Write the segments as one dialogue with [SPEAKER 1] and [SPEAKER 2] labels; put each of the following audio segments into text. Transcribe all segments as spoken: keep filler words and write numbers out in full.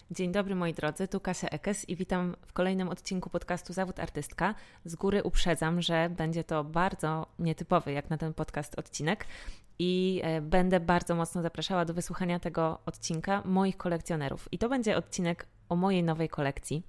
[SPEAKER 1] Dzień dobry moi drodzy, tu Kasia Ekes i witam w kolejnym odcinku podcastu Zawód Artystka. Z góry uprzedzam, że będzie to bardzo nietypowy jak na ten podcast odcinek i będę bardzo mocno zapraszała do wysłuchania tego odcinka moich kolekcjonerów. I to będzie odcinek o mojej nowej kolekcji.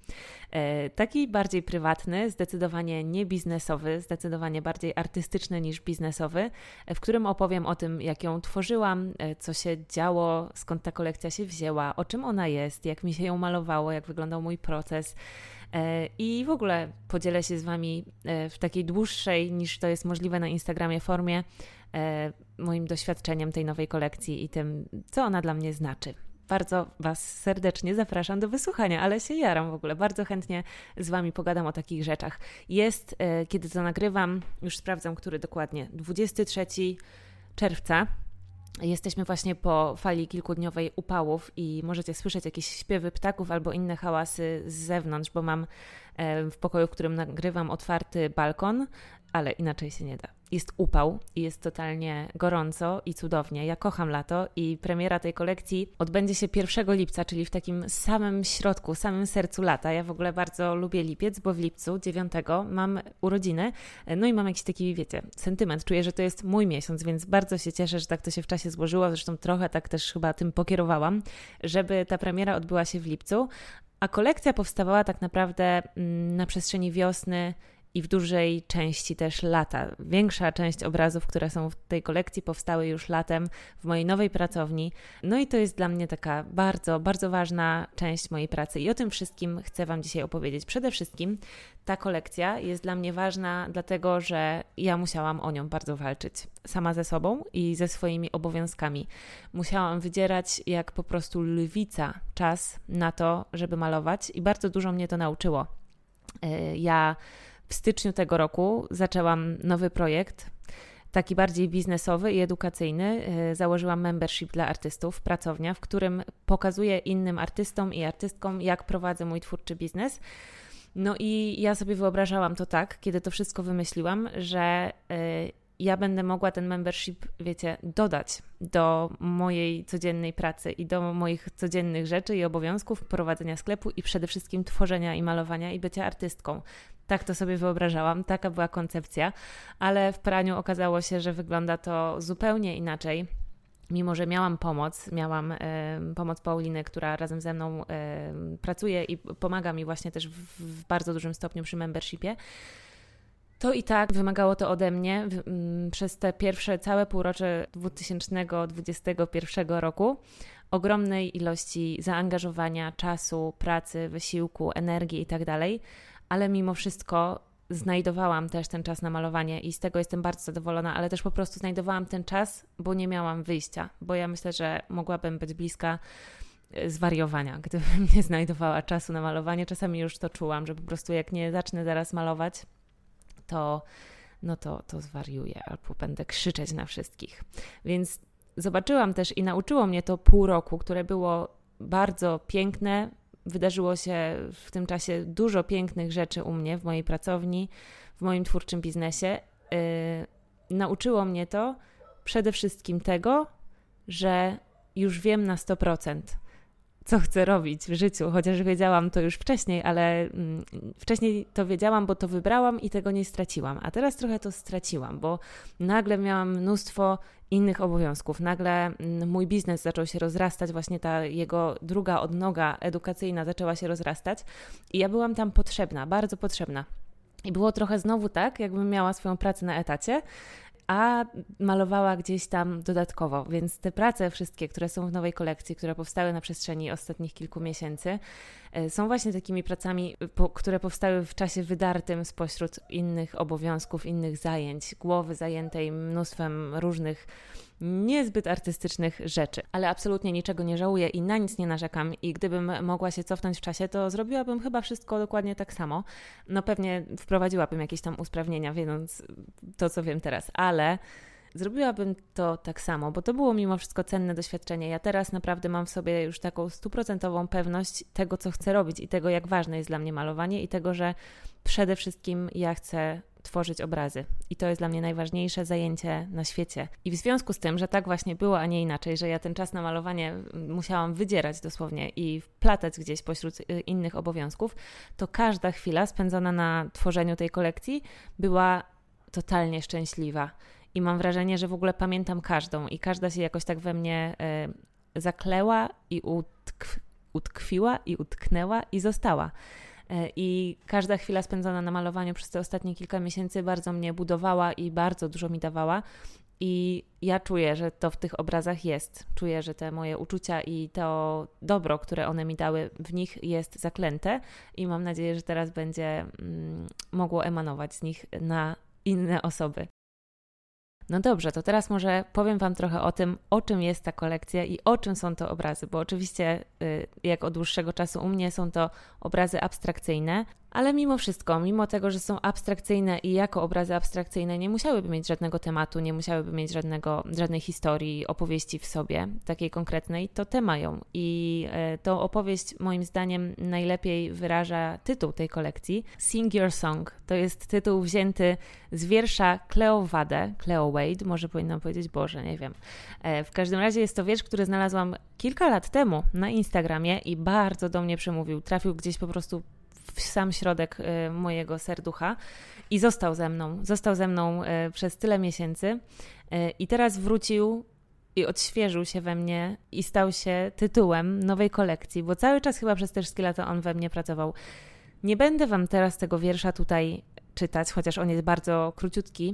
[SPEAKER 1] E, taki bardziej prywatny, zdecydowanie nie biznesowy, zdecydowanie bardziej artystyczny niż biznesowy, w którym opowiem o tym, jak ją tworzyłam, e, co się działo, skąd ta kolekcja się wzięła, o czym ona jest, jak mi się ją malowało, jak wyglądał mój proces. E, I w ogóle podzielę się z Wami e, w takiej dłuższej niż to jest możliwe na Instagramie formie e, moim doświadczeniem tej nowej kolekcji i tym, co ona dla mnie znaczy. Bardzo Was serdecznie zapraszam do wysłuchania, ale się jaram w ogóle. Bardzo chętnie z Wami pogadam o takich rzeczach. Jest, e, kiedy to nagrywam, już sprawdzam, który dokładnie, dwudziestego trzeciego czerwca. Jesteśmy właśnie po fali kilkudniowej upałów i możecie słyszeć jakieś śpiewy ptaków albo inne hałasy z zewnątrz, bo mam e, w pokoju, w którym nagrywam, otwarty balkon, ale inaczej się nie da. Jest upał i jest totalnie gorąco i cudownie. Ja kocham lato i premiera tej kolekcji odbędzie się pierwszego lipca, czyli w takim samym środku, samym sercu lata. Ja w ogóle bardzo lubię lipiec, bo w lipcu dziewiątego mam urodziny, no i mam jakiś taki, wiecie, sentyment. Czuję, że to jest mój miesiąc, więc bardzo się cieszę, że tak to się w czasie złożyło. Zresztą trochę tak też chyba tym pokierowałam, żeby ta premiera odbyła się w lipcu, a kolekcja powstawała tak naprawdę na przestrzeni wiosny i w dużej części też lata. Większa część obrazów, które są w tej kolekcji, powstały już latem w mojej nowej pracowni. No i to jest dla mnie taka bardzo, bardzo ważna część mojej pracy i o tym wszystkim chcę Wam dzisiaj opowiedzieć. Przede wszystkim ta kolekcja jest dla mnie ważna, dlatego że ja musiałam o nią bardzo walczyć. Sama ze sobą i ze swoimi obowiązkami. Musiałam wydzierać jak po prostu lwica czas na to, żeby malować i bardzo dużo mnie to nauczyło. Ja w styczniu tego roku zaczęłam nowy projekt, taki bardziej biznesowy i edukacyjny. Założyłam membership dla artystów, pracownia, w którym pokazuję innym artystom i artystkom, jak prowadzę mój twórczy biznes. No i ja sobie wyobrażałam to tak, kiedy to wszystko wymyśliłam, że ja będę mogła ten membership, wiecie, dodać do mojej codziennej pracy i do moich codziennych rzeczy i obowiązków prowadzenia sklepu i przede wszystkim tworzenia i malowania i bycia artystką. Tak to sobie wyobrażałam, taka była koncepcja, ale w praniu okazało się, że wygląda to zupełnie inaczej. Mimo że miałam pomoc, miałam e, pomoc Pauliny, która razem ze mną e, pracuje i pomaga mi właśnie też w, w bardzo dużym stopniu przy membershipie, to i tak wymagało to ode mnie w, m, przez te pierwsze całe półrocze dwa tysiące dwudziestego pierwszego roku ogromnej ilości zaangażowania, czasu, pracy, wysiłku, energii i tak dalej, ale mimo wszystko znajdowałam też ten czas na malowanie i z tego jestem bardzo zadowolona, ale też po prostu znajdowałam ten czas, bo nie miałam wyjścia, bo ja myślę, że mogłabym być bliska zwariowania, gdybym nie znajdowała czasu na malowanie. Czasami już to czułam, że po prostu jak nie zacznę zaraz malować, to, no to, to zwariuję albo będę krzyczeć na wszystkich. Więc zobaczyłam też i nauczyło mnie to pół roku, które było bardzo piękne. Wydarzyło się w tym czasie dużo pięknych rzeczy u mnie, w mojej pracowni, w moim twórczym biznesie. Yy, nauczyło mnie to przede wszystkim tego, że już wiem na sto procent, co chcę robić w życiu, chociaż wiedziałam to już wcześniej, ale mm, wcześniej to wiedziałam, bo to wybrałam i tego nie straciłam. A teraz trochę to straciłam, bo nagle miałam mnóstwo innych obowiązków. Nagle mm, mój biznes zaczął się rozrastać, właśnie ta jego druga odnoga edukacyjna zaczęła się rozrastać i ja byłam tam potrzebna, bardzo potrzebna. I było trochę znowu tak, jakbym miała swoją pracę na etacie, a malowała gdzieś tam dodatkowo, więc te prace wszystkie, które są w nowej kolekcji, które powstały na przestrzeni ostatnich kilku miesięcy, są właśnie takimi pracami, po, które powstały w czasie wydartym spośród innych obowiązków, innych zajęć, głowy zajętej mnóstwem różnych niezbyt artystycznych rzeczy, ale absolutnie niczego nie żałuję i na nic nie narzekam i gdybym mogła się cofnąć w czasie, to zrobiłabym chyba wszystko dokładnie tak samo. No pewnie wprowadziłabym jakieś tam usprawnienia, wiedząc to, co wiem teraz, ale zrobiłabym to tak samo, bo to było mimo wszystko cenne doświadczenie. Ja teraz naprawdę mam w sobie już taką stuprocentową pewność tego, co chcę robić i tego, jak ważne jest dla mnie malowanie i tego, że przede wszystkim ja chcę tworzyć obrazy. I to jest dla mnie najważniejsze zajęcie na świecie. I w związku z tym, że tak właśnie było, a nie inaczej, że ja ten czas na malowanie musiałam wydzierać dosłownie i wplatać gdzieś pośród innych obowiązków, to każda chwila spędzona na tworzeniu tej kolekcji była totalnie szczęśliwa. I mam wrażenie, że w ogóle pamiętam każdą i każda się jakoś tak we mnie y, zakleła i utkw, utkwiła i utknęła i została. I każda chwila spędzona na malowaniu przez te ostatnie kilka miesięcy bardzo mnie budowała i bardzo dużo mi dawała. I ja czuję, że to w tych obrazach jest. Czuję, że te moje uczucia i to dobro, które one mi dały, w nich jest zaklęte i mam nadzieję, że teraz będzie mm, mogło emanować z nich na inne osoby. No dobrze, to teraz może powiem Wam trochę o tym, o czym jest ta kolekcja i o czym są to obrazy, bo oczywiście jak od dłuższego czasu u mnie są to obrazy abstrakcyjne, ale mimo wszystko, mimo tego, że są abstrakcyjne i jako obrazy abstrakcyjne nie musiałyby mieć żadnego tematu, nie musiałyby mieć żadnego, żadnej historii, opowieści w sobie, takiej konkretnej, to te mają. I tą opowieść moim zdaniem najlepiej wyraża tytuł tej kolekcji. Sing Your Song. To jest tytuł wzięty z wiersza Cleo Wade, Cleo Wade, może powinnam powiedzieć Boże, nie wiem. W każdym razie jest to wiersz, który znalazłam kilka lat temu na Instagramie i bardzo do mnie przemówił. Trafił gdzieś po prostu w sam środek y, mojego serducha i został ze mną. Został ze mną y, przez tyle miesięcy y, i teraz wrócił i odświeżył się we mnie i stał się tytułem nowej kolekcji, bo cały czas chyba przez te wszystkie lata on we mnie pracował. Nie będę Wam teraz tego wiersza tutaj czytać, chociaż on jest bardzo króciutki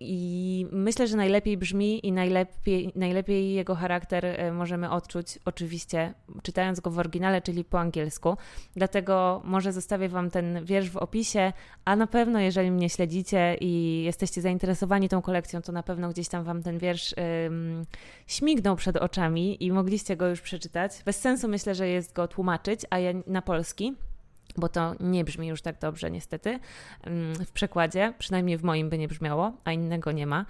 [SPEAKER 1] i myślę, że najlepiej brzmi i najlepiej, najlepiej jego charakter możemy odczuć oczywiście czytając go w oryginale, czyli po angielsku. Dlatego może zostawię Wam ten wiersz w opisie, a na pewno jeżeli mnie śledzicie i jesteście zainteresowani tą kolekcją, to na pewno gdzieś tam Wam ten wiersz ym, śmignął przed oczami i mogliście go już przeczytać. Bez sensu myślę, że jest go tłumaczyć, a ja na polski, bo to nie brzmi już tak dobrze niestety w przekładzie, przynajmniej w moim by nie brzmiało, a innego nie ma.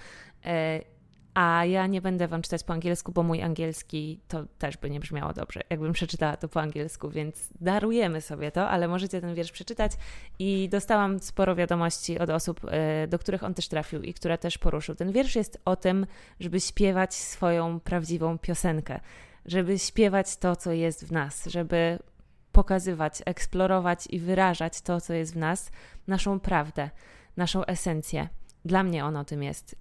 [SPEAKER 1] A ja nie będę Wam czytać po angielsku, bo mój angielski to też by nie brzmiało dobrze, jakbym przeczytała to po angielsku, więc darujemy sobie to, ale możecie ten wiersz przeczytać i dostałam sporo wiadomości od osób, do których on też trafił i które też poruszył. Ten wiersz jest o tym, żeby śpiewać swoją prawdziwą piosenkę, żeby śpiewać to, co jest w nas, żeby pokazywać, eksplorować i wyrażać to, co jest w nas, naszą prawdę, naszą esencję. Dla mnie ono tym jest.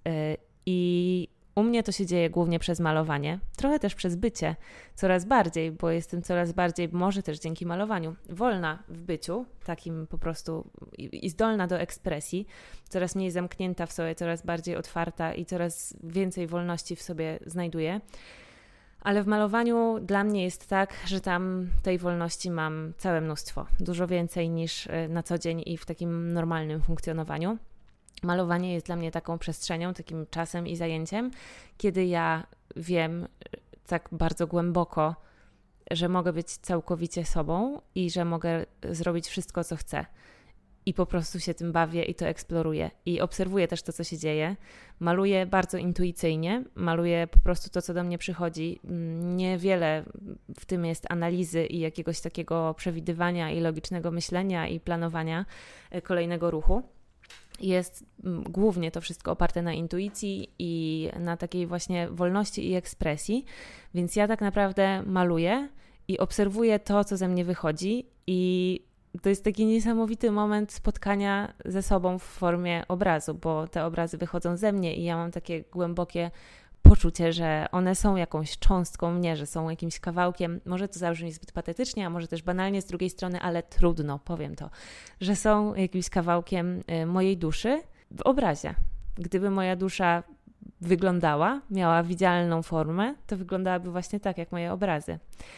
[SPEAKER 1] I u mnie to się dzieje głównie przez malowanie, trochę też przez bycie, coraz bardziej, bo jestem coraz bardziej, może też dzięki malowaniu, wolna w byciu, takim po prostu i, i zdolna do ekspresji, coraz mniej zamknięta w sobie, coraz bardziej otwarta i coraz więcej wolności w sobie znajduję. Ale w malowaniu dla mnie jest tak, że tam tej wolności mam całe mnóstwo, dużo więcej niż na co dzień i w takim normalnym funkcjonowaniu. Malowanie jest dla mnie taką przestrzenią, takim czasem i zajęciem, kiedy ja wiem tak bardzo głęboko, że mogę być całkowicie sobą i że mogę zrobić wszystko, co chcę. I po prostu się tym bawię i to eksploruję. I obserwuję też to, co się dzieje. Maluję bardzo intuicyjnie, maluję po prostu to, co do mnie przychodzi. Niewiele w tym jest analizy i jakiegoś takiego przewidywania i logicznego myślenia i planowania kolejnego ruchu. Jest głównie to wszystko oparte na intuicji i na takiej właśnie wolności i ekspresji. Więc ja tak naprawdę maluję i obserwuję to, co ze mnie wychodzi i to jest taki niesamowity moment spotkania ze sobą w formie obrazu, bo te obrazy wychodzą ze mnie i ja mam takie głębokie poczucie, że one są jakąś cząstką mnie, że są jakimś kawałkiem, może to zabrzmi zbyt patetycznie, a może też banalnie z drugiej strony, ale trudno, powiem to, że są jakimś kawałkiem mojej duszy w obrazie. Gdyby moja dusza wyglądała, miała widzialną formę, to wyglądałaby właśnie tak, jak moje obrazy.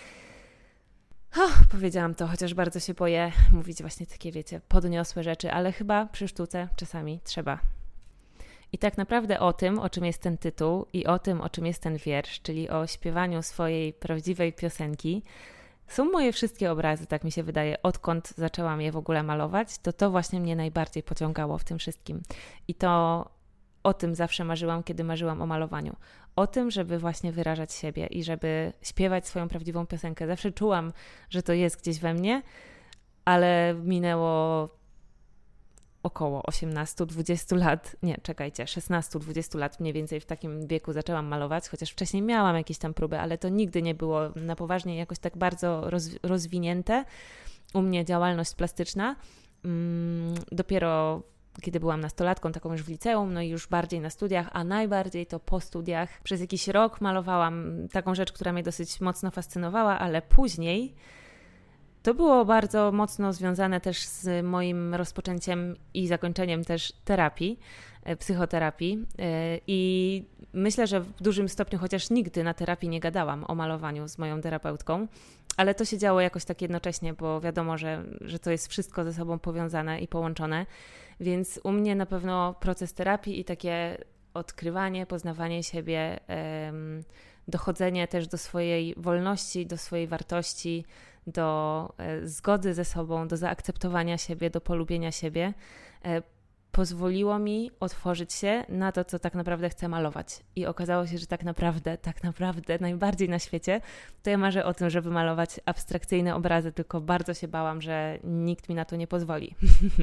[SPEAKER 1] Oh, powiedziałam to, chociaż bardzo się boję mówić właśnie takie, wiecie, podniosłe rzeczy, ale chyba przy sztuce czasami trzeba. I tak naprawdę o tym, o czym jest ten tytuł i o tym, o czym jest ten wiersz, czyli o śpiewaniu swojej prawdziwej piosenki, są moje wszystkie obrazy, tak mi się wydaje, odkąd zaczęłam je w ogóle malować, to to właśnie mnie najbardziej pociągało w tym wszystkim. I to o tym zawsze marzyłam, kiedy marzyłam o malowaniu. O tym, żeby właśnie wyrażać siebie i żeby śpiewać swoją prawdziwą piosenkę. Zawsze czułam, że to jest gdzieś we mnie, ale minęło około osiemnaście dwadzieścia lat, nie, czekajcie, szesnaście dwadzieścia lat mniej więcej w takim wieku zaczęłam malować, chociaż wcześniej miałam jakieś tam próby, ale to nigdy nie było na poważnie jakoś tak bardzo roz, rozwinięte u mnie działalność plastyczna. Mm, dopiero kiedy byłam nastolatką, taką już w liceum, no i już bardziej na studiach, a najbardziej to po studiach. Przez jakiś rok malowałam taką rzecz, która mnie dosyć mocno fascynowała, ale później to było bardzo mocno związane też z moim rozpoczęciem i zakończeniem też terapii, psychoterapii i myślę, że w dużym stopniu, chociaż nigdy na terapii nie gadałam o malowaniu z moją terapeutką, ale to się działo jakoś tak jednocześnie, bo wiadomo, że, że to jest wszystko ze sobą powiązane i połączone, więc u mnie na pewno proces terapii i takie odkrywanie, poznawanie siebie, dochodzenie też do swojej wolności, do swojej wartości, do zgody ze sobą, do zaakceptowania siebie, do polubienia siebie, pozwoliło mi otworzyć się na to, co tak naprawdę chcę malować. I okazało się, że tak naprawdę, tak naprawdę najbardziej na świecie to ja marzę o tym, żeby malować abstrakcyjne obrazy, tylko bardzo się bałam, że nikt mi na to nie pozwoli.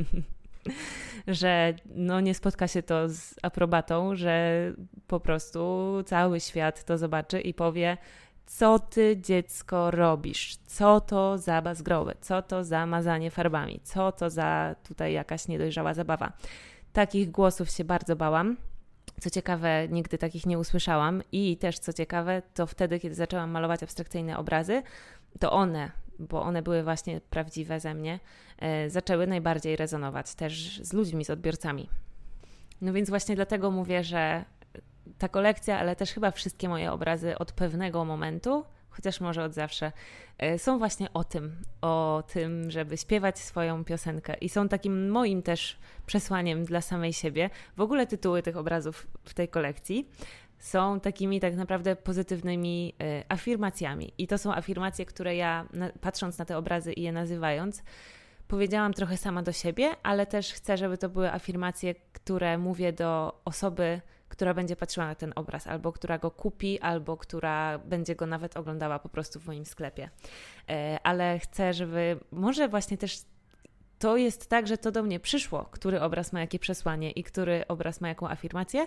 [SPEAKER 1] Że no nie spotka się to z aprobatą, że po prostu cały świat to zobaczy i powie: co ty, dziecko, robisz? Co to za bazgroły? Co to za mazanie farbami? Co to za tutaj jakaś niedojrzała zabawa? Takich głosów się bardzo bałam. Co ciekawe, nigdy takich nie usłyszałam i też co ciekawe, to wtedy, kiedy zaczęłam malować abstrakcyjne obrazy, to one, bo one były właśnie prawdziwe ze mnie, e, zaczęły najbardziej rezonować też z ludźmi, z odbiorcami. No więc właśnie dlatego mówię, że ta kolekcja, ale też chyba wszystkie moje obrazy od pewnego momentu, chociaż może od zawsze, są właśnie o tym, o tym, żeby śpiewać swoją piosenkę i są takim moim też przesłaniem dla samej siebie. W ogóle tytuły tych obrazów w tej kolekcji są takimi tak naprawdę pozytywnymi afirmacjami i to są afirmacje, które ja patrząc na te obrazy i je nazywając, powiedziałam trochę sama do siebie, ale też chcę, żeby to były afirmacje, które mówię do osoby, która będzie patrzyła na ten obraz, albo która go kupi, albo która będzie go nawet oglądała po prostu w moim sklepie. Ale chcę, żeby może właśnie też to jest tak, że to do mnie przyszło, który obraz ma jakie przesłanie i który obraz ma jaką afirmację.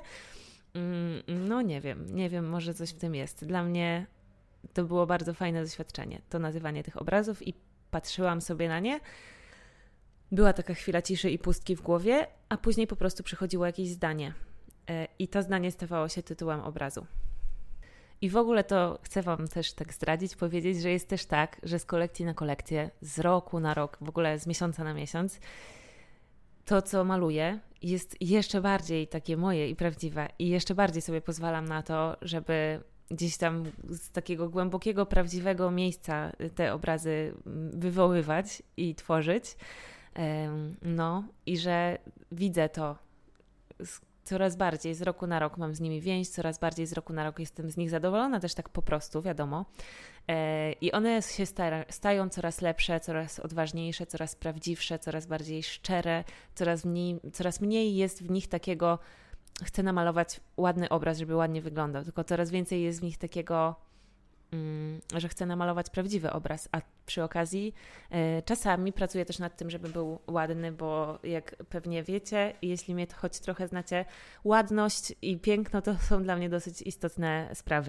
[SPEAKER 1] No nie wiem, nie wiem, może coś w tym jest. Dla mnie to było bardzo fajne doświadczenie, to nazywanie tych obrazów i patrzyłam sobie na nie. Była taka chwila ciszy i pustki w głowie, a później po prostu przychodziło jakieś zdanie. I to zdanie stawało się tytułem obrazu. I w ogóle to chcę Wam też tak zdradzić, powiedzieć, że jest też tak, że z kolekcji na kolekcję, z roku na rok, w ogóle z miesiąca na miesiąc, to co maluję jest jeszcze bardziej takie moje i prawdziwe i jeszcze bardziej sobie pozwalam na to, żeby gdzieś tam z takiego głębokiego, prawdziwego miejsca te obrazy wywoływać i tworzyć. No i że widzę to coraz bardziej z roku na rok mam z nimi więź, coraz bardziej z roku na rok jestem z nich zadowolona, też tak po prostu, wiadomo. I one się stają coraz lepsze, coraz odważniejsze, coraz prawdziwsze, coraz bardziej szczere, coraz mniej, coraz mniej jest w nich takiego, chcę namalować ładny obraz, żeby ładnie wyglądał, tylko coraz więcej jest w nich takiego, że chcę namalować prawdziwy obraz, a przy okazji y, czasami pracuję też nad tym, żeby był ładny, bo jak pewnie wiecie, jeśli mnie choć trochę znacie, ładność i piękno to są dla mnie dosyć istotne sprawy.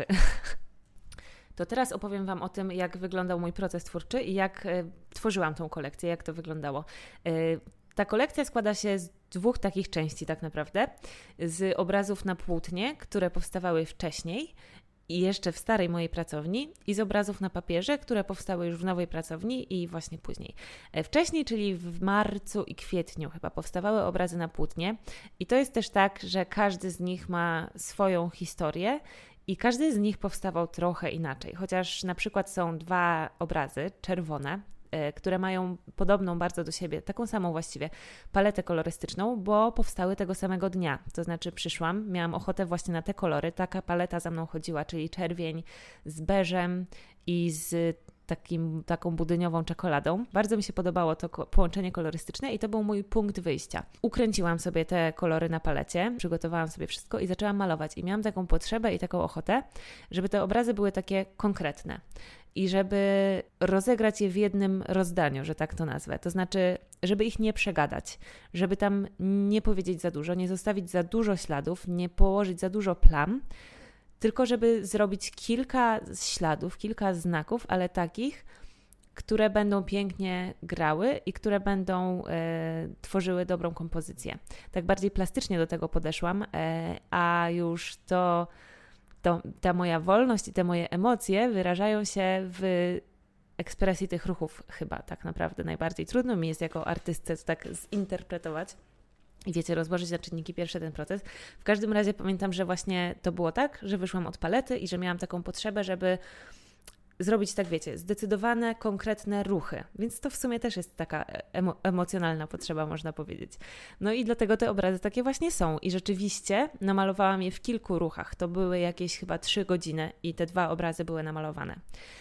[SPEAKER 1] To teraz opowiem Wam o tym, jak wyglądał mój proces twórczy i jak y, tworzyłam tą kolekcję, jak to wyglądało. Y, Ta kolekcja składa się z dwóch takich części tak naprawdę, z obrazów na płótnie, które powstawały wcześniej i jeszcze w starej mojej pracowni i z obrazów na papierze, które powstały już w nowej pracowni i właśnie później. Wcześniej, czyli w marcu i kwietniu chyba powstawały obrazy na płótnie i to jest też tak, że każdy z nich ma swoją historię i każdy z nich powstawał trochę inaczej, chociaż na przykład są dwa obrazy czerwone, które mają podobną bardzo do siebie, taką samą właściwie paletę kolorystyczną, bo powstały tego samego dnia. To znaczy przyszłam, miałam ochotę właśnie na te kolory, taka paleta za mną chodziła, czyli czerwień z beżem i z takim, taką budyniową czekoladą. Bardzo mi się podobało to połączenie kolorystyczne i to był mój punkt wyjścia. Ukręciłam sobie te kolory na palecie, przygotowałam sobie wszystko i zaczęłam malować. I miałam taką potrzebę i taką ochotę, żeby te obrazy były takie konkretne i żeby rozegrać je w jednym rozdaniu, że tak to nazwę. To znaczy żeby ich nie przegadać, żeby tam nie powiedzieć za dużo, nie zostawić za dużo śladów, nie położyć za dużo plam, tylko żeby zrobić kilka śladów, kilka znaków, ale takich, które będą pięknie grały i które będą e, tworzyły dobrą kompozycję. Tak bardziej plastycznie do tego podeszłam, e, a już to, to, ta moja wolność i te moje emocje wyrażają się w ekspresji tych ruchów chyba tak naprawdę najbardziej. Trudno mi jest jako artystce to tak zinterpretować i wiecie, rozłożyć na czynniki pierwsze ten proces. W każdym razie pamiętam, że właśnie to było tak, że wyszłam od palety i że miałam taką potrzebę, żeby zrobić, tak wiecie, zdecydowane, konkretne ruchy. Więc to w sumie też jest taka emo- emocjonalna potrzeba, można powiedzieć. No i dlatego te obrazy takie właśnie są. I rzeczywiście namalowałam je w kilku ruchach. To były jakieś chyba trzy godziny i te dwa obrazy były namalowane.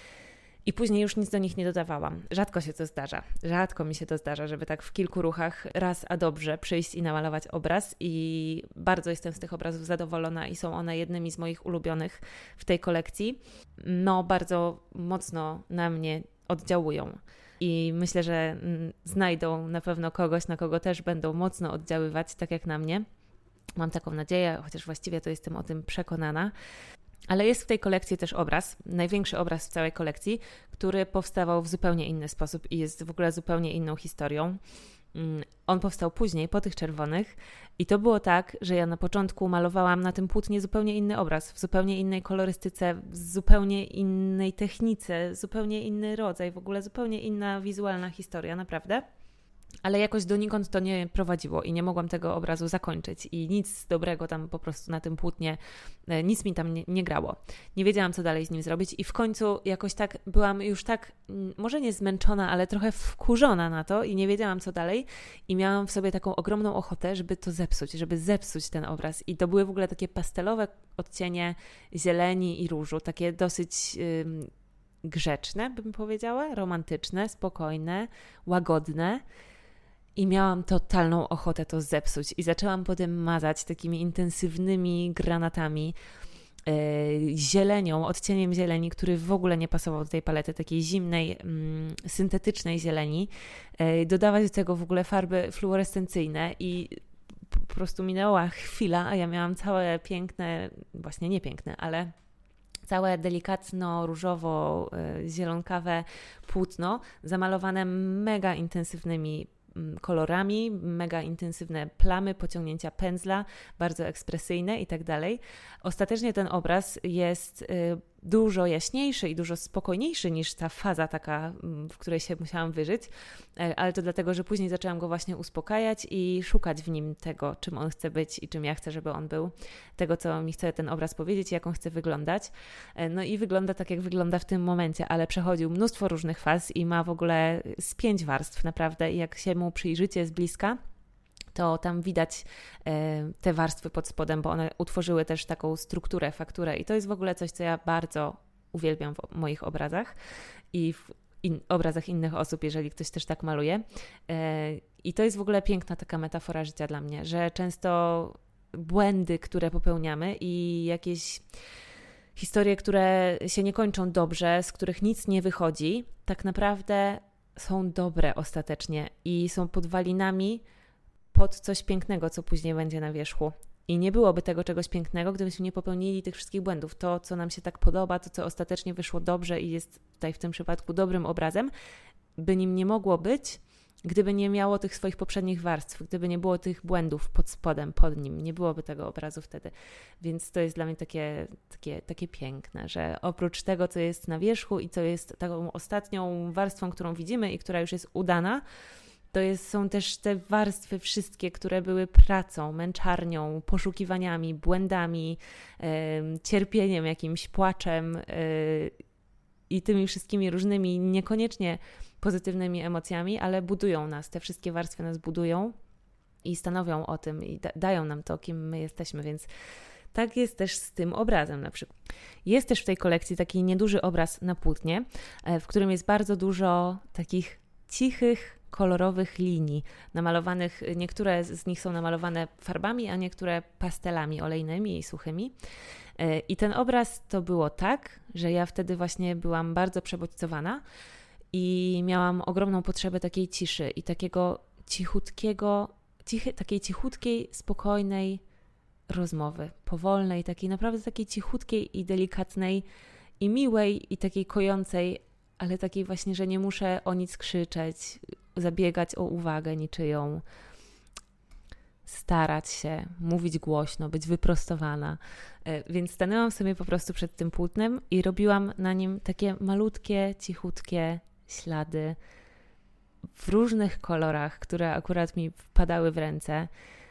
[SPEAKER 1] I później już nic do nich nie dodawałam. Rzadko się to zdarza. Rzadko mi się to zdarza, żeby tak w kilku ruchach raz a dobrze przyjść i namalować obraz. I bardzo jestem z tych obrazów zadowolona i są one jednymi z moich ulubionych w tej kolekcji. No, bardzo mocno na mnie oddziałują. I myślę, że znajdą na pewno kogoś, na kogo też będą mocno oddziaływać, tak jak na mnie. Mam taką nadzieję, chociaż właściwie to jestem o tym przekonana. Ale jest w tej kolekcji też obraz, największy obraz w całej kolekcji, który powstawał w zupełnie inny sposób i jest w ogóle zupełnie inną historią. On powstał później, po tych czerwonych i to było tak, że ja na początku malowałam na tym płótnie zupełnie inny obraz, w zupełnie innej kolorystyce, w zupełnie innej technice, zupełnie inny rodzaj, w ogóle zupełnie inna wizualna historia, naprawdę. Ale jakoś donikąd to nie prowadziło i nie mogłam tego obrazu zakończyć i nic dobrego tam po prostu na tym płótnie, nic mi tam nie, nie grało. Nie wiedziałam, co dalej z nim zrobić i w końcu jakoś tak byłam już tak, może nie zmęczona, ale trochę wkurzona na to i nie wiedziałam, co dalej i miałam w sobie taką ogromną ochotę, żeby to zepsuć, żeby zepsuć ten obraz i to były w ogóle takie pastelowe odcienie zieleni i różu, takie dosyć yy, grzeczne, bym powiedziała, romantyczne, spokojne, łagodne. I miałam totalną ochotę to zepsuć i zaczęłam potem mazać takimi intensywnymi granatami, yy, zielenią, odcieniem zieleni, który w ogóle nie pasował do tej palety, takiej zimnej, yy, syntetycznej zieleni. Yy, dodawać do tego w ogóle farby fluorescencyjne i po prostu minęła chwila, a ja miałam całe piękne, właśnie nie piękne, ale całe delikatno, różowo, yy, zielonkawe płótno zamalowane mega intensywnymi kolorami, mega intensywne plamy, pociągnięcia pędzla, bardzo ekspresyjne i tak dalej. Ostatecznie ten obraz jest y, dużo jaśniejszy i dużo spokojniejszy niż ta faza taka, w której się musiałam wyżyć, ale to dlatego, że później zaczęłam go właśnie uspokajać i szukać w nim tego, czym on chce być i czym ja chcę, żeby on był, tego, co mi chce ten obraz powiedzieć, jak on chce wyglądać. No i wygląda tak, jak wygląda w tym momencie, ale przechodził mnóstwo różnych faz i ma w ogóle z pięć warstw naprawdę i jak się mu przyjrzycie z bliska, to tam widać e, te warstwy pod spodem, bo one utworzyły też taką strukturę, fakturę i to jest w ogóle coś, co ja bardzo uwielbiam w moich obrazach i w in, obrazach innych osób, jeżeli ktoś też tak maluje. E, I to jest w ogóle piękna taka metafora życia dla mnie, że często błędy, które popełniamy i jakieś historie, które się nie kończą dobrze, z których nic nie wychodzi, tak naprawdę są dobre ostatecznie i są podwalinami pod coś pięknego, co później będzie na wierzchu. I nie byłoby tego czegoś pięknego, gdybyśmy nie popełnili tych wszystkich błędów. To, co nam się tak podoba, to, co ostatecznie wyszło dobrze i jest tutaj w tym przypadku dobrym obrazem, by nim nie mogło być, gdyby nie miało tych swoich poprzednich warstw, gdyby nie było tych błędów pod spodem, pod nim, nie byłoby tego obrazu wtedy. Więc to jest dla mnie takie, takie, takie piękne, że oprócz tego, co jest na wierzchu i co jest taką ostatnią warstwą, którą widzimy i która już jest udana, to jest, są też te warstwy wszystkie, które były pracą, męczarnią, poszukiwaniami, błędami, yy, cierpieniem, jakimś płaczem yy, i tymi wszystkimi różnymi, niekoniecznie pozytywnymi emocjami, ale budują nas. Te wszystkie warstwy nas budują i stanowią o tym i da- dają nam to, kim my jesteśmy, więc tak jest też z tym obrazem na przykład. Jest też w tej kolekcji taki nieduży obraz na płótnie, w którym jest bardzo dużo takich cichych, kolorowych linii namalowanych, niektóre z nich są namalowane farbami, a niektóre pastelami olejnymi i suchymi. I ten obraz to było tak, że ja wtedy właśnie byłam bardzo przebodźcowana i miałam ogromną potrzebę takiej ciszy i takiego cichutkiego, cichy, takiej cichutkiej, spokojnej rozmowy, powolnej, takiej naprawdę takiej cichutkiej i delikatnej i miłej i takiej kojącej, ale takiej właśnie, że nie muszę o nic krzyczeć, zabiegać o uwagę niczyją, starać się, mówić głośno, być wyprostowana. Więc stanęłam sobie po prostu przed tym płótnem i robiłam na nim takie malutkie, cichutkie ślady w różnych kolorach, które akurat mi wpadały w ręce.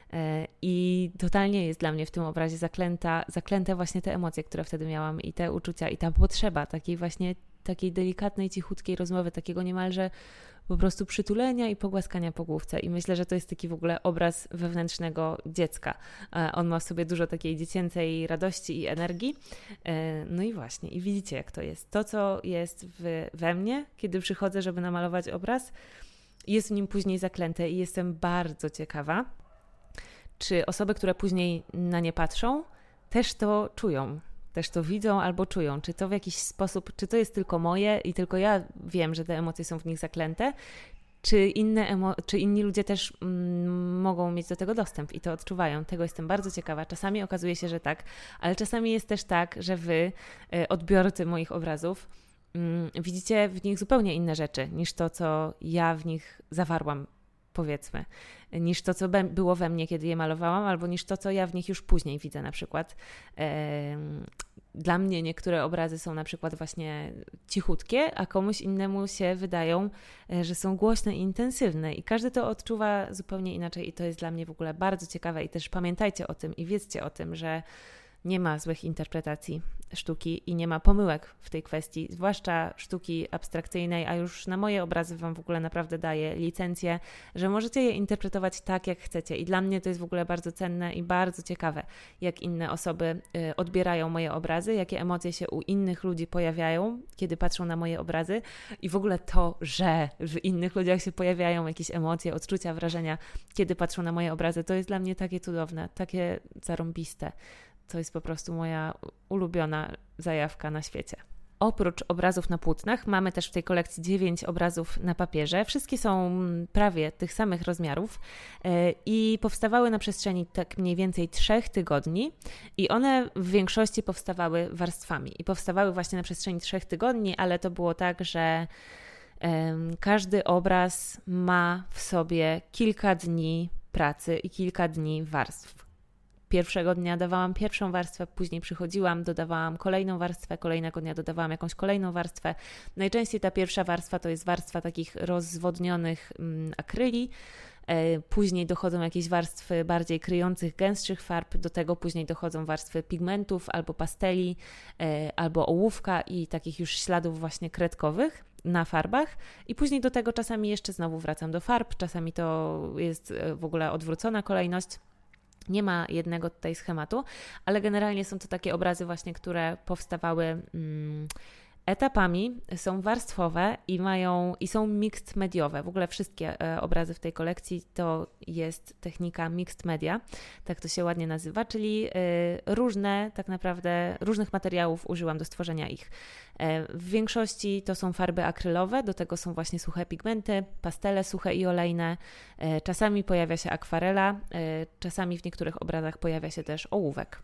[SPEAKER 1] I totalnie jest dla mnie w tym obrazie zaklęta, zaklęte właśnie te emocje, które wtedy miałam i te uczucia i ta potrzeba takiej właśnie takiej delikatnej, cichutkiej rozmowy, takiego niemalże po prostu przytulenia i pogłaskania po główce. I myślę, że to jest taki w ogóle obraz wewnętrznego dziecka. On ma w sobie dużo takiej dziecięcej radości i energii. No i właśnie, i widzicie, jak to jest. To, co jest w, we mnie, kiedy przychodzę, żeby namalować obraz, jest w nim później zaklęte i jestem bardzo ciekawa, czy osoby, które później na nie patrzą, też to czują, też to widzą albo czują. Czy to w jakiś sposób, czy to jest tylko moje i tylko ja wiem, że te emocje są w nich zaklęte, czy, inne emo- czy inni ludzie też mm, mogą mieć do tego dostęp i to odczuwają. Tego jestem bardzo ciekawa. Czasami okazuje się, że tak, ale czasami jest też tak, że wy, y, odbiorcy moich obrazów, y, widzicie w nich zupełnie inne rzeczy niż to, co ja w nich zawarłam, powiedzmy, niż to, co be- było we mnie, kiedy je malowałam, albo niż to, co ja w nich już później widzę na przykład. Ehm, Dla mnie niektóre obrazy są na przykład właśnie cichutkie, a komuś innemu się wydają, że są głośne i intensywne i każdy to odczuwa zupełnie inaczej i to jest dla mnie w ogóle bardzo ciekawe i też pamiętajcie o tym i wiedzcie o tym, że nie ma złych interpretacji sztuki i nie ma pomyłek w tej kwestii, zwłaszcza sztuki abstrakcyjnej, a już na moje obrazy Wam w ogóle naprawdę daję licencję, że możecie je interpretować tak, jak chcecie i dla mnie to jest w ogóle bardzo cenne i bardzo ciekawe, jak inne osoby y, odbierają moje obrazy, jakie emocje się u innych ludzi pojawiają, kiedy patrzą na moje obrazy i w ogóle to, że w innych ludziach się pojawiają jakieś emocje, odczucia, wrażenia, kiedy patrzą na moje obrazy, to jest dla mnie takie cudowne, takie zarąbiste. To jest po prostu moja ulubiona zajawka na świecie. Oprócz obrazów na płótnach mamy też w tej kolekcji dziewięć obrazów na papierze. Wszystkie są prawie tych samych rozmiarów i powstawały na przestrzeni tak mniej więcej trzech tygodni i one w większości powstawały warstwami i powstawały właśnie na przestrzeni trzech tygodni, ale to było tak, że każdy obraz ma w sobie kilka dni pracy i kilka dni warstw. Pierwszego dnia dawałam pierwszą warstwę, później przychodziłam, dodawałam kolejną warstwę, kolejnego dnia dodawałam jakąś kolejną warstwę. Najczęściej ta pierwsza warstwa to jest warstwa takich rozwodnionych mm, akryli, e, później dochodzą jakieś warstwy bardziej kryjących gęstszych farb, do tego później dochodzą warstwy pigmentów albo pasteli, e, albo ołówka i takich już śladów właśnie kredkowych na farbach i później do tego czasami jeszcze znowu wracam do farb, czasami to jest w ogóle odwrócona kolejność. Nie ma jednego tutaj schematu, ale generalnie są to takie obrazy właśnie, które powstawały mm, etapami, są warstwowe i mają i są mixed mediowe. W ogóle wszystkie e, obrazy w tej kolekcji to jest technika mixed media, tak to się ładnie nazywa, czyli e, różne tak naprawdę, różnych materiałów użyłam do stworzenia ich. E, w większości to są farby akrylowe, do tego są właśnie suche pigmenty, pastele suche i olejne, e, czasami pojawia się akwarela, e, czasami w niektórych obrazach pojawia się też ołówek.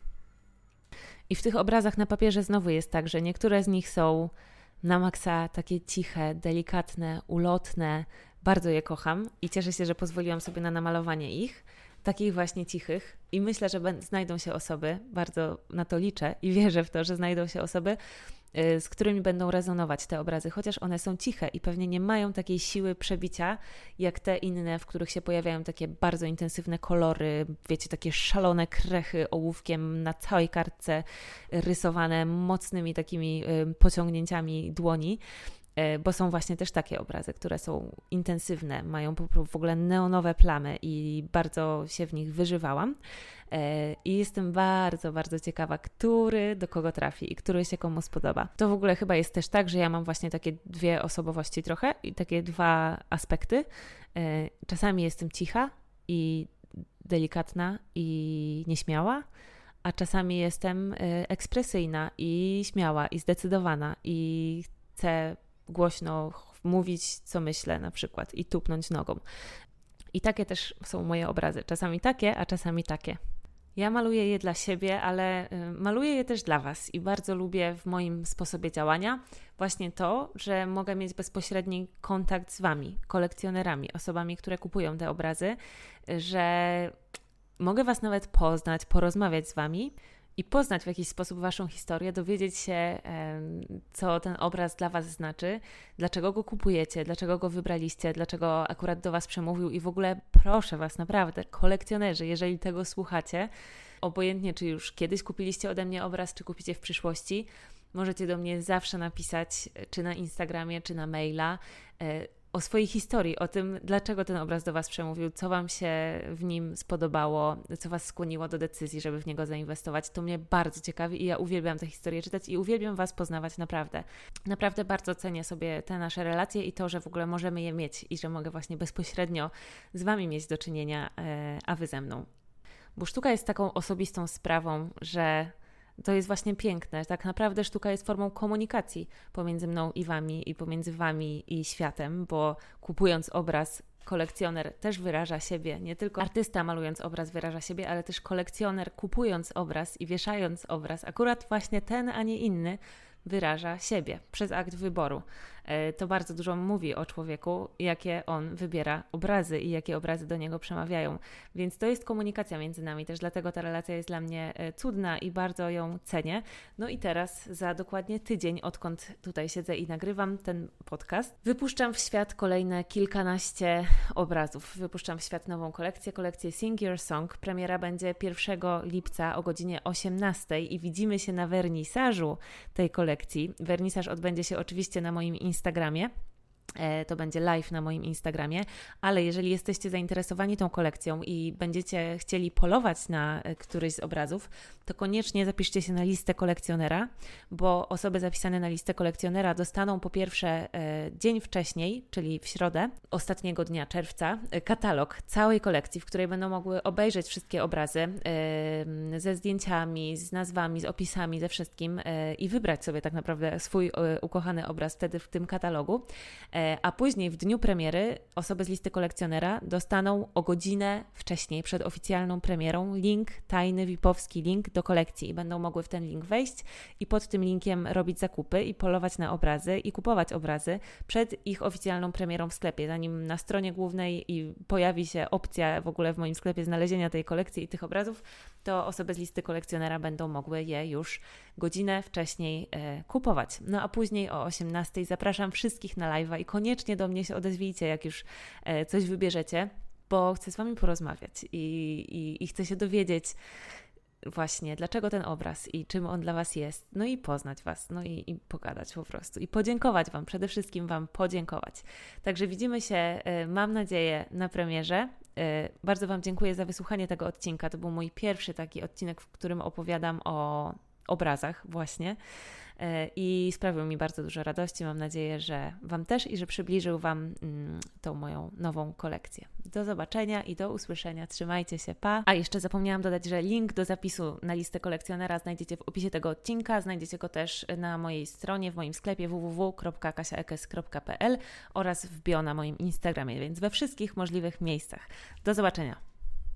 [SPEAKER 1] I w tych obrazach na papierze znowu jest tak, że niektóre z nich są na maksa takie ciche, delikatne, ulotne. Bardzo je kocham i cieszę się, że pozwoliłam sobie na namalowanie ich, takich właśnie cichych. I myślę, że znajdą się osoby, bardzo na to liczę i wierzę w to, że znajdą się osoby, z którymi będą rezonować te obrazy, chociaż one są ciche i pewnie nie mają takiej siły przebicia, jak te inne, w których się pojawiają takie bardzo intensywne kolory, wiecie, takie szalone krechy ołówkiem na całej kartce rysowane mocnymi takimi pociągnięciami dłoni, bo są właśnie też takie obrazy, które są intensywne, mają w ogóle neonowe plamy i bardzo się w nich wyżywałam. I jestem bardzo, bardzo ciekawa, który do kogo trafi i który się komu spodoba. To w ogóle chyba jest też tak, że ja mam właśnie takie dwie osobowości trochę i takie dwa aspekty. Czasami jestem cicha i delikatna i nieśmiała, a czasami jestem ekspresyjna i śmiała i zdecydowana i chcę głośno mówić, co myślę na przykład i tupnąć nogą. I takie też są moje obrazy. Czasami takie, a czasami takie. Ja maluję je dla siebie, ale maluję je też dla Was i bardzo lubię w moim sposobie działania właśnie to, że mogę mieć bezpośredni kontakt z Wami, kolekcjonerami, osobami, które kupują te obrazy, że mogę Was nawet poznać, porozmawiać z Wami i poznać w jakiś sposób Waszą historię, dowiedzieć się, co ten obraz dla Was znaczy, dlaczego go kupujecie, dlaczego go wybraliście, dlaczego akurat do Was przemówił i w ogóle proszę Was, naprawdę, kolekcjonerzy, jeżeli tego słuchacie, obojętnie czy już kiedyś kupiliście ode mnie obraz, czy kupicie w przyszłości, możecie do mnie zawsze napisać, czy na Instagramie, czy na maila, o swojej historii, o tym, dlaczego ten obraz do Was przemówił, co Wam się w nim spodobało, co Was skłoniło do decyzji, żeby w niego zainwestować. To mnie bardzo ciekawi i ja uwielbiam tę historię czytać i uwielbiam Was poznawać naprawdę. Naprawdę bardzo cenię sobie te nasze relacje i to, że w ogóle możemy je mieć i że mogę właśnie bezpośrednio z Wami mieć do czynienia, a Wy ze mną. Bo sztuka jest taką osobistą sprawą, że to jest właśnie piękne. Tak naprawdę sztuka jest formą komunikacji pomiędzy mną i Wami i pomiędzy Wami i światem, bo kupując obraz, kolekcjoner też wyraża siebie. Nie tylko artysta malując obraz wyraża siebie, ale też kolekcjoner kupując obraz i wieszając obraz, akurat właśnie ten, a nie inny, wyraża siebie przez akt wyboru. To bardzo dużo mówi o człowieku, jakie on wybiera obrazy i jakie obrazy do niego przemawiają. Więc to jest komunikacja między nami, też dlatego ta relacja jest dla mnie cudna i bardzo ją cenię. No i teraz za dokładnie tydzień, odkąd tutaj siedzę i nagrywam ten podcast, wypuszczam w świat kolejne kilkanaście obrazów. Wypuszczam w świat nową kolekcję, kolekcję Sing Your Song. Premiera będzie pierwszego lipca o godzinie osiemnastej i widzimy się na wernisażu tej kolekcji. Wernisaż odbędzie się oczywiście na moim Instagramie. To będzie live na moim Instagramie, ale jeżeli jesteście zainteresowani tą kolekcją i będziecie chcieli polować na któryś z obrazów, to koniecznie zapiszcie się na listę kolekcjonera, bo osoby zapisane na listę kolekcjonera dostaną po pierwsze dzień wcześniej, czyli w środę, ostatniego dnia czerwca, katalog całej kolekcji, w której będą mogły obejrzeć wszystkie obrazy ze zdjęciami, z nazwami, z opisami, ze wszystkim i wybrać sobie tak naprawdę swój ukochany obraz wtedy w tym katalogu. A później w dniu premiery osoby z listy kolekcjonera dostaną o godzinę wcześniej, przed oficjalną premierą, link, tajny V I P-owski link do kolekcji i będą mogły w ten link wejść i pod tym linkiem robić zakupy i polować na obrazy i kupować obrazy przed ich oficjalną premierą w sklepie. Zanim na stronie głównej i pojawi się opcja w ogóle w moim sklepie znalezienia tej kolekcji i tych obrazów, to osoby z listy kolekcjonera będą mogły je już godzinę wcześniej e, kupować. No a później o osiemnastej zapraszam wszystkich na live'a i koniecznie do mnie się odezwijcie, jak już e, coś wybierzecie, bo chcę z Wami porozmawiać i, i, i chcę się dowiedzieć właśnie, dlaczego ten obraz i czym on dla Was jest, no i poznać Was, no i, i pogadać po prostu i podziękować Wam, przede wszystkim Wam podziękować. Także widzimy się, mam nadzieję, na premierze. Bardzo Wam dziękuję za wysłuchanie tego odcinka. To był mój pierwszy taki odcinek, w którym opowiadam o obrazach właśnie i sprawił mi bardzo dużo radości. Mam nadzieję, że Wam też i że przybliżył Wam mm, tą moją nową kolekcję. Do zobaczenia i do usłyszenia. Trzymajcie się, pa! A jeszcze zapomniałam dodać, że link do zapisu na listę kolekcjonera znajdziecie w opisie tego odcinka. Znajdziecie go też na mojej stronie, w moim sklepie w w w kropka kasia ekes kropka p l oraz w bio na moim Instagramie, więc we wszystkich możliwych miejscach. Do zobaczenia!